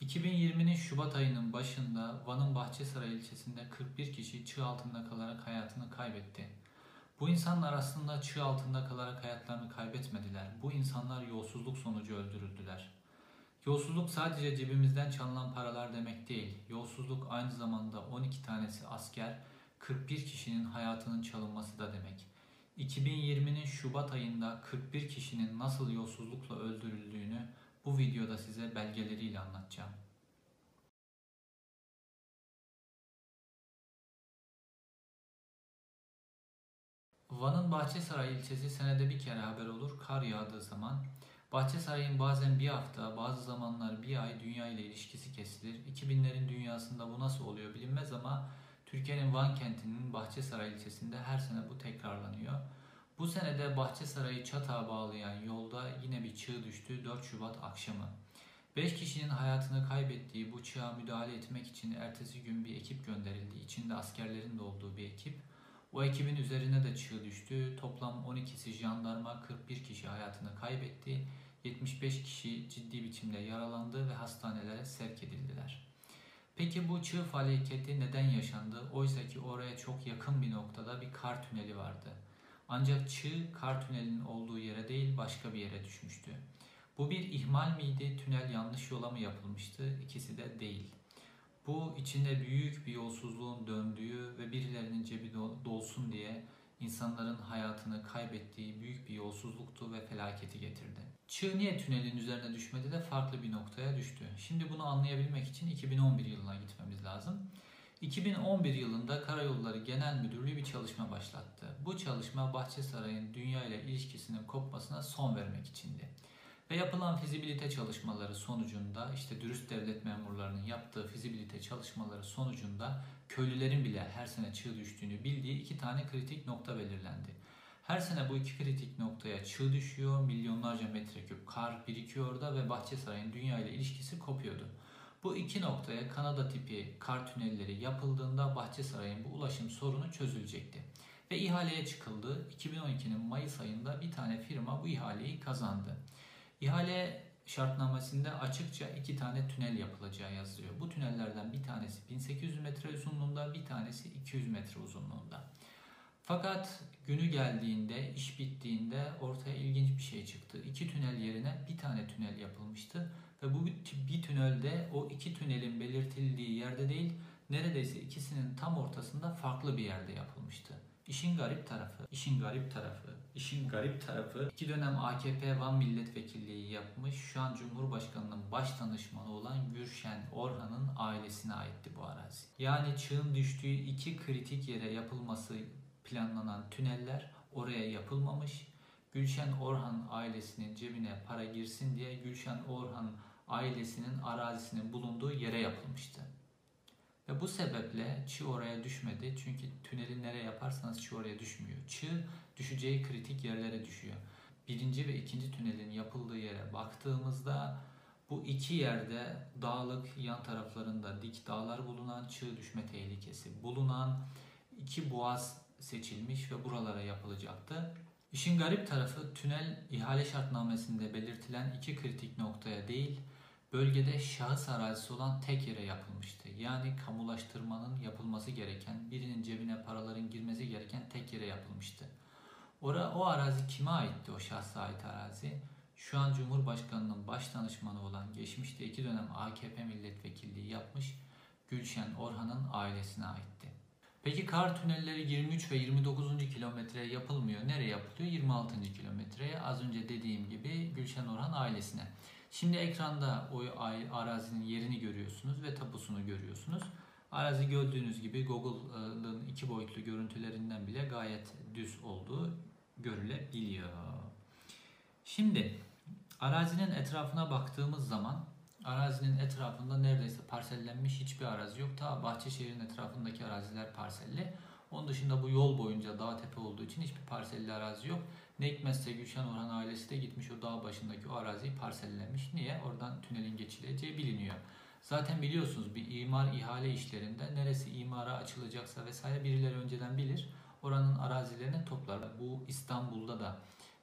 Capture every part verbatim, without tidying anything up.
iki bin yirminin Şubat ayının başında Van'ın Bahçesaray ilçesinde kırk bir kişi çığ altında kalarak hayatını kaybetti. Bu insanlar aslında çığ altında kalarak hayatlarını kaybetmediler. Bu insanlar yolsuzluk sonucu öldürüldüler. Yolsuzluk sadece cebimizden çalınan paralar demek değil. Yolsuzluk aynı zamanda on iki tanesi asker, kırk bir kişinin hayatının çalınması da demek. iki bin yirminin Şubat ayında kırk bir kişinin nasıl yolsuzlukla öldürüldüğünü bu videoda size belgeleriyle anlatacağım. Van'ın Bahçesaray ilçesi senede bir kere haber olur kar yağdığı zaman. Bahçesaray'ın bazen bir hafta, bazı zamanlar bir ay dünya ile ilişkisi kesilir. iki binlerin dünyasında bu nasıl oluyor bilinmez ama Türkiye'nin Van kentinin Bahçesaray ilçesinde her sene bu tekrarlanıyor. Bu senede Bahçesaray'ı Çatak'a bağlayan yolda yine bir çığ düştü dört Şubat akşamı. beş kişinin hayatını kaybettiği bu çığa müdahale etmek için ertesi gün bir ekip gönderildi. İçinde askerlerin de olduğu bir ekip. O ekibin üzerine de çığ düştü. Toplam on ikisi jandarma, kırk bir kişi hayatını kaybetti. yetmiş beş kişi ciddi biçimde yaralandı ve hastanelere sevk edildiler. Peki bu çığ felaketi neden yaşandı? Oysa ki oraya çok yakın bir noktada bir kar tüneli vardı. Ancak çığ kar tünelinin olduğu yere değil başka bir yere düşmüştü. Bu bir ihmal miydi? Tünel yanlış yola mı yapılmıştı? İkisi de değil. Bu içinde büyük bir yolsuzluğun döndüğü ve birilerinin cebi dolsun diye insanların hayatını kaybettiği büyük bir yolsuzluktu ve felaketi getirdi. Çığ niye tünelin üzerine düşmedi de farklı bir noktaya düştü? Şimdi bunu anlayabilmek için iki bin on bir yılına gitmemiz lazım. iki bin on bir yılında Karayolları Genel Müdürlüğü bir çalışma başlattı. Bu çalışma Bahçesaray'ın dünya ile ilişkisinin kopmasına son vermek içindi. Ve yapılan fizibilite çalışmaları sonucunda, işte dürüst devlet memurlarının yaptığı fizibilite çalışmaları sonucunda köylülerin bile her sene çığ düştüğünü bildiği iki tane kritik nokta belirlendi. Her sene bu iki kritik noktaya çığ düşüyor, milyonlarca metreküp kar birikiyor orada ve Bahçesaray'ın dünya ile ilişkisi kopuyordu. Bu iki noktaya Kanada tipi kar tünelleri yapıldığında Bahçesaray'ın bu ulaşım sorunu çözülecekti. Ve ihaleye çıkıldı. iki bin on ikinin Mayıs ayında bir tane firma bu ihaleyi kazandı. İhale şartnamesinde açıkça iki tane tünel yapılacağı yazılıyor. Bu tünellerden bir tanesi bin sekiz yüz metre uzunluğunda, bir tanesi iki yüz metre uzunluğunda. Fakat günü geldiğinde, iş bittiğinde ortaya ilginç bir şey çıktı. İki tünel yerine bir tane tünel yapılmıştı ve bu bir tünelde o iki tünelin belirtildiği yerde değil, neredeyse ikisinin tam ortasında farklı bir yerde yapılmıştı. İşin garip tarafı, işin garip tarafı, işin garip tarafı iki dönem A K P Van milletvekilliği yapmış, şu an Cumhurbaşkanı'nın baş danışmanı olan Gülşen Orhan'ın ailesine aitti bu arazi. Yani çığın düştüğü iki kritik yere yapılması planlanan tüneller oraya yapılmamış. Gülşen Orhan ailesinin cebine para girsin diye Gülşen Orhan ailesinin arazisinin bulunduğu yere yapılmıştı. Ve bu sebeple çığ oraya düşmedi. Çünkü tüneli nereye yaparsanız çığ oraya düşmüyor. Çığ düşeceği kritik yerlere düşüyor. Birinci ve ikinci tünelin yapıldığı yere baktığımızda bu iki yerde dağlık, yan taraflarında dik dağlar bulunan, çığ düşme tehlikesi bulunan iki boğaz seçilmiş ve buralara yapılacaktı. İşin garip tarafı tünel ihale şartnamesinde belirtilen iki kritik noktaya değil, bölgede şahıs arazisi olan tek yere yapılmıştı. Yani kamulaştırmanın yapılması gereken, birinin cebine paraların girmesi gereken tek yere yapılmıştı. Ora, o arazi kime aitti, o şahsa ait arazi? Şu an Cumhurbaşkanı'nın baş danışmanı olan, geçmişte iki dönem A K P milletvekilliği yapmış Gülşen Orhan'ın ailesine aitti. Peki kar tünelleri yirmi üç ve yirmi dokuzuncu kilometreye yapılmıyor. Nereye yapılıyor? yirmi altıncı kilometreye. Az önce dediğim gibi Gülşen Orhan ailesine. Şimdi ekranda o arazinin yerini görüyorsunuz ve tapusunu görüyorsunuz. Arazi gördüğünüz gibi Google'ın iki boyutlu görüntülerinden bile gayet düz olduğu görülebiliyor. Şimdi arazinin etrafına baktığımız zaman arazinin etrafında neredeyse parsellenmiş hiçbir arazi yok. Ta Bahçeşehir'in etrafındaki araziler parselli. Onun dışında bu yol boyunca dağ tepe olduğu için hiçbir parselli arazi yok. Ne hikmetse Gülşen Orhan ailesi de gitmiş o dağ başındaki o araziyi parsellemiş. Niye? Oradan tünelin geçileceği biliniyor. Zaten biliyorsunuz bir imar ihale işlerinde neresi imara açılacaksa vesaire birileri önceden bilir. Oranın arazilerini toplar. Bu İstanbul'da da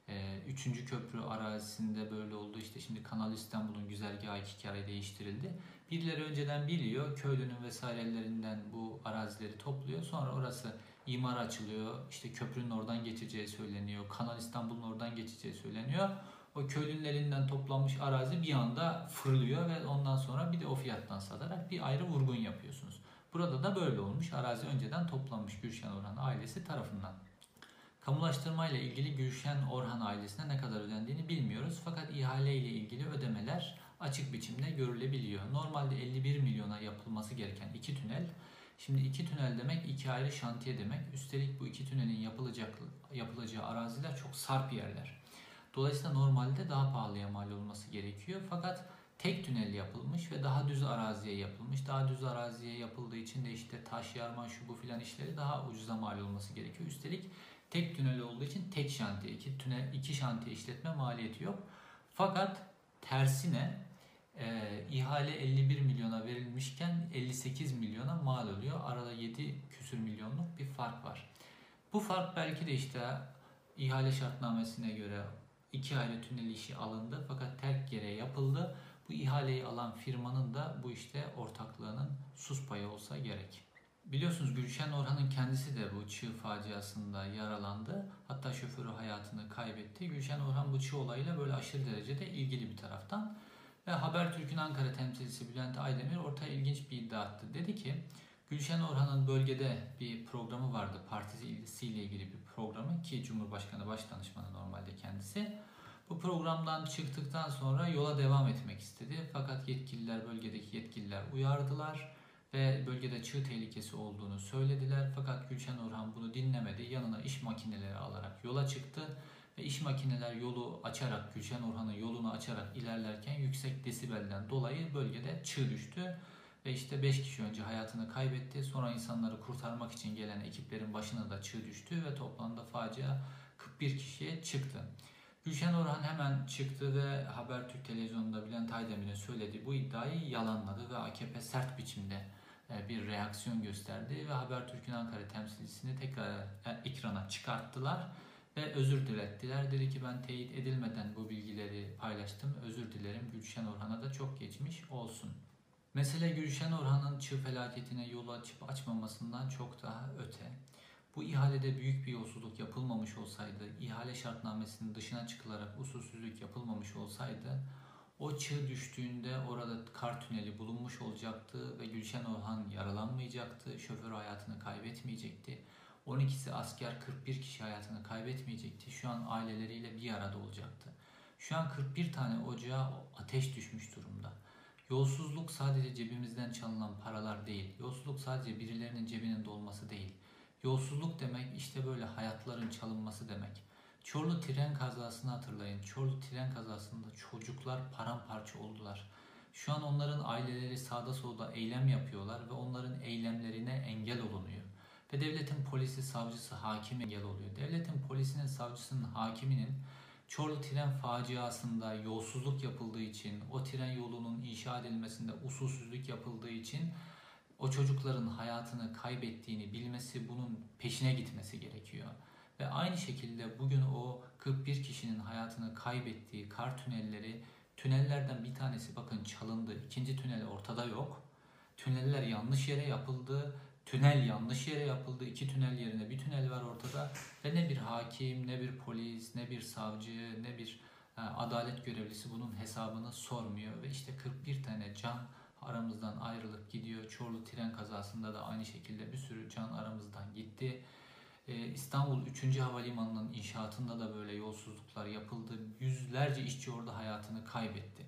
Ee, üçüncü köprü arazisinde böyle oldu. İşte şimdi Kanal İstanbul'un güzergahı iki kere değiştirildi. Birileri önceden biliyor, köylünün vesairelerinden bu arazileri topluyor. Sonra orası imar açılıyor. İşte köprünün oradan geçeceği söyleniyor. Kanal İstanbul'un oradan geçeceği söyleniyor. O köylünün elinden toplanmış arazi bir anda fırlıyor ve ondan sonra bir de o fiyattan satarak bir ayrı vurgun yapıyorsunuz. Burada da böyle olmuş. Arazi önceden toplanmış Gülşen Orhan ailesi tarafından. Kamulaştırma ile ilgili Gülşen Orhan ailesine ne kadar ödendiğini bilmiyoruz. Fakat ihale ile ilgili ödemeler açık biçimde görülebiliyor. Normalde elli bir milyona yapılması gereken iki tünel. Şimdi iki tünel demek iki ayrı şantiye demek. Üstelik bu iki tünelin yapılacak, yapılacağı araziler çok sarp yerler. Dolayısıyla normalde daha pahalıya mal olması gerekiyor. Fakat tek tünel yapılmış ve daha düz araziye yapılmış. Daha düz araziye yapıldığı için de işte taş yarma şu bu filan işleri daha ucuza mal olması gerekiyor. Üstelik tek tünel olduğu için tek şantiye, iki tünel, iki şantiye işletme maliyeti yok. Fakat tersine e, ihale elli bir milyona verilmişken elli sekiz milyona mal oluyor. Arada yedi küsür milyonluk bir fark var. Bu fark belki de işte ihale şartnamesine göre iki ayrı tünel işi alındı fakat tek yere yapıldı. Bu ihaleyi alan firmanın da bu işte ortaklığının sus payı olsa gerek. Biliyorsunuz Gülşen Orhan'ın kendisi de bu çığ faciasında yaralandı. Hatta şoförü hayatını kaybetti. Gülşen Orhan bu çığ olayıyla böyle aşırı derecede ilgili bir taraftan. Ve Habertürk'ün Ankara temsilcisi Bülent Aydemir ortaya ilginç bir iddia attı. Dedi ki Gülşen Orhan'ın bölgede bir programı vardı. Partisiyle ilgili bir programı ki Cumhurbaşkanı Başdanışmanı normalde kendisi. Bu programdan çıktıktan sonra yola devam etmek istedi. Fakat yetkililer, bölgedeki yetkililer uyardılar ve bölgede çığ tehlikesi olduğunu söylediler. Fakat Gülşen Orhan bunu dinlemedi. Yanına iş makineleri alarak yola çıktı ve iş makineler yolu açarak, Gülşen Orhan'ın yolunu açarak ilerlerken yüksek desibelden dolayı bölgede çığ düştü. Ve işte beş kişi önce hayatını kaybetti. Sonra insanları kurtarmak için gelen ekiplerin başına da çığ düştü ve toplamda facia kırk bir kişiye çıktı. Gülşen Orhan hemen çıktı ve Habertürk televizyonunda Bülent Aydemir'in söylediği bu iddiayı yalanladı ve A K P sert biçimde bir reaksiyon gösterdi ve Habertürk'ün Ankara temsilcisini tekrar ekrana çıkarttılar ve özür dilettiler. Dedi ki ben teyit edilmeden bu bilgileri paylaştım. Özür dilerim. Gülşen Orhan'a da çok geçmiş olsun. Mesele Gülşen Orhan'ın çığ felaketine yol açıp açmamasından çok daha öte. Bu ihalede büyük bir yolsuzluk yapılmamış olsaydı, ihale şartnamesinin dışına çıkılarak usulsüzlük yapılmamış olsaydı, o çığ düştüğünde orada kar tüneli bulunmuş olacaktı ve Gülşen Orhan yaralanmayacaktı, şoför hayatını kaybetmeyecekti. on ikisi asker, kırk bir kişi hayatını kaybetmeyecekti. Şu an aileleriyle bir arada olacaktı. Şu an kırk bir tane ocağa ateş düşmüş durumda. Yolsuzluk sadece cebimizden çalınan paralar değil. Yolsuzluk sadece birilerinin cebinin dolması değil. Yolsuzluk demek işte böyle hayatların çalınması demek. Çorlu tren kazasını hatırlayın. Çorlu tren kazasında çocuklar paramparça oldular. Şu an onların aileleri sağda solda eylem yapıyorlar ve onların eylemlerine engel olunuyor. Ve devletin polisi, savcısı, hakimi engel oluyor. Devletin polisinin, savcısının, hakiminin Çorlu tren faciasında yolsuzluk yapıldığı için, o tren yolunun inşa edilmesinde usulsüzlük yapıldığı için o çocukların hayatını kaybettiğini bilmesi, bunun peşine gitmesi gerekiyor. Ve aynı şekilde bugün o kırk bir kişinin hayatını kaybettiği kar tünelleri, tünellerden bir tanesi bakın çalındı, ikinci tünel ortada yok. Tüneller yanlış yere yapıldı. Tünel yanlış yere yapıldı. İki tünel yerine bir tünel var ortada. Ve ne bir hakim, ne bir polis, ne bir savcı, ne bir e, adalet görevlisi bunun hesabını sormuyor. Ve işte kırk bir tane can aramızdan ayrılıp gidiyor. Çorlu tren kazasında da aynı şekilde bir sürü can aramızdan gitti. Ee, İstanbul üçüncü Havalimanı'nın inşaatında da böyle yolsuzluklar yapıldı. Yüzlerce işçi orada hayatını kaybetti.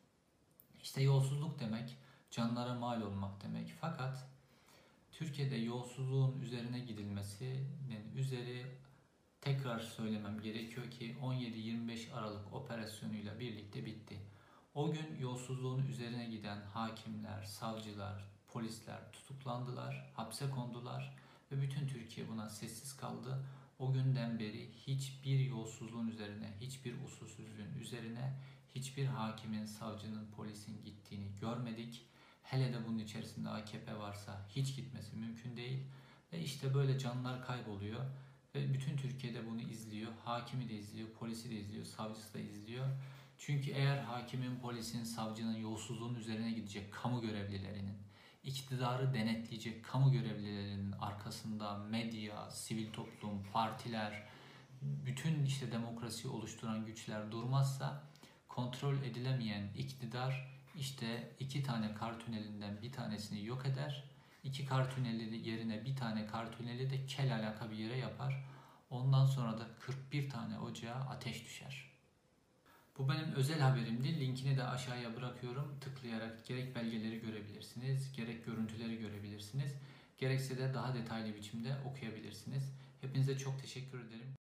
İşte yolsuzluk demek, canlara mal olmak demek. Fakat Türkiye'de yolsuzluğun üzerine gidilmesinin üzeri tekrar söylemem gerekiyor ki on yedi yirmi beş Aralık operasyonuyla birlikte bitti. O gün yolsuzluğun üzerine giden hakimler, savcılar, polisler tutuklandılar, hapse kondular ve bütün Türkiye buna sessiz kaldı. O günden beri hiçbir yolsuzluğun üzerine, hiçbir usulsüzlüğün üzerine, hiçbir hakimin, savcının, polisin gittiğini görmedik. Hele de bunun içerisinde A K P varsa hiç gitmesi mümkün değil. Ve işte böyle canlar kayboluyor Ve bütün Türkiye'de bunu izliyor. Hakimi de izliyor, polisi de izliyor, savcısı da izliyor. Çünkü eğer hakimin, polisin, savcının yolsuzluğun üzerine gidecek kamu görevlilerinin, iktidarı denetleyecek kamu görevlilerinin arkasında medya, sivil toplum, partiler, bütün işte demokrasiyi oluşturan güçler durmazsa kontrol edilemeyen iktidar işte iki tane kar tünelinden bir tanesini yok eder. İki kar tüneli yerine bir tane kar tüneli de kel alaka bir yere yapar. Ondan sonra da kırk bir tane ocağa ateş düşer. Bu benim özel haberimdi. Linkini de aşağıya bırakıyorum. Tıklayarak gerek belgeleri görebilirsiniz, gerek görüntüleri görebilirsiniz. Gerekse de daha detaylı biçimde okuyabilirsiniz. Hepinize çok teşekkür ederim.